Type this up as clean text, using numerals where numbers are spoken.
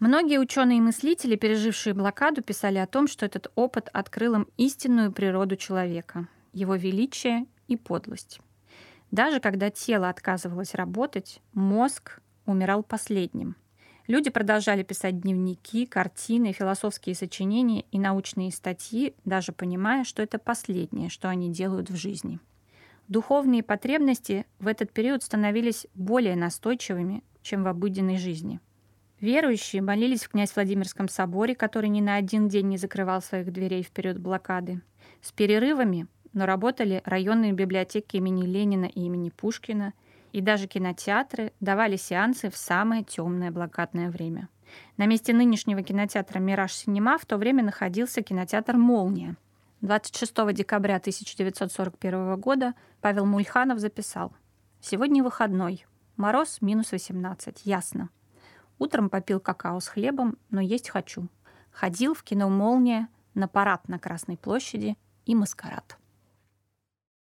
Многие ученые и мыслители, пережившие блокаду, писали о том, что этот опыт открыл им истинную природу человека, его величие и подлость. Даже когда тело отказывалось работать, мозг умирал последним. Люди продолжали писать дневники, картины, философские сочинения и научные статьи, даже понимая, что это последнее, что они делают в жизни. Духовные потребности в этот период становились более настойчивыми, чем в обыденной жизни. Верующие молились в князь-Владимирском соборе, который ни на один день не закрывал своих дверей в период блокады. С перерывами, но работали районные библиотеки имени Ленина и имени Пушкина, и даже кинотеатры давали сеансы в самое темное блокадное время. На месте нынешнего кинотеатра «Мираж Синема» в то время находился кинотеатр «Молния». 26 декабря 1941 года Павел Мульханов записал: «Сегодня выходной. Мороз минус 18. Ясно. Утром попил какао с хлебом, но есть хочу. Ходил в кино «Молния», на парад на Красной площади и маскарад».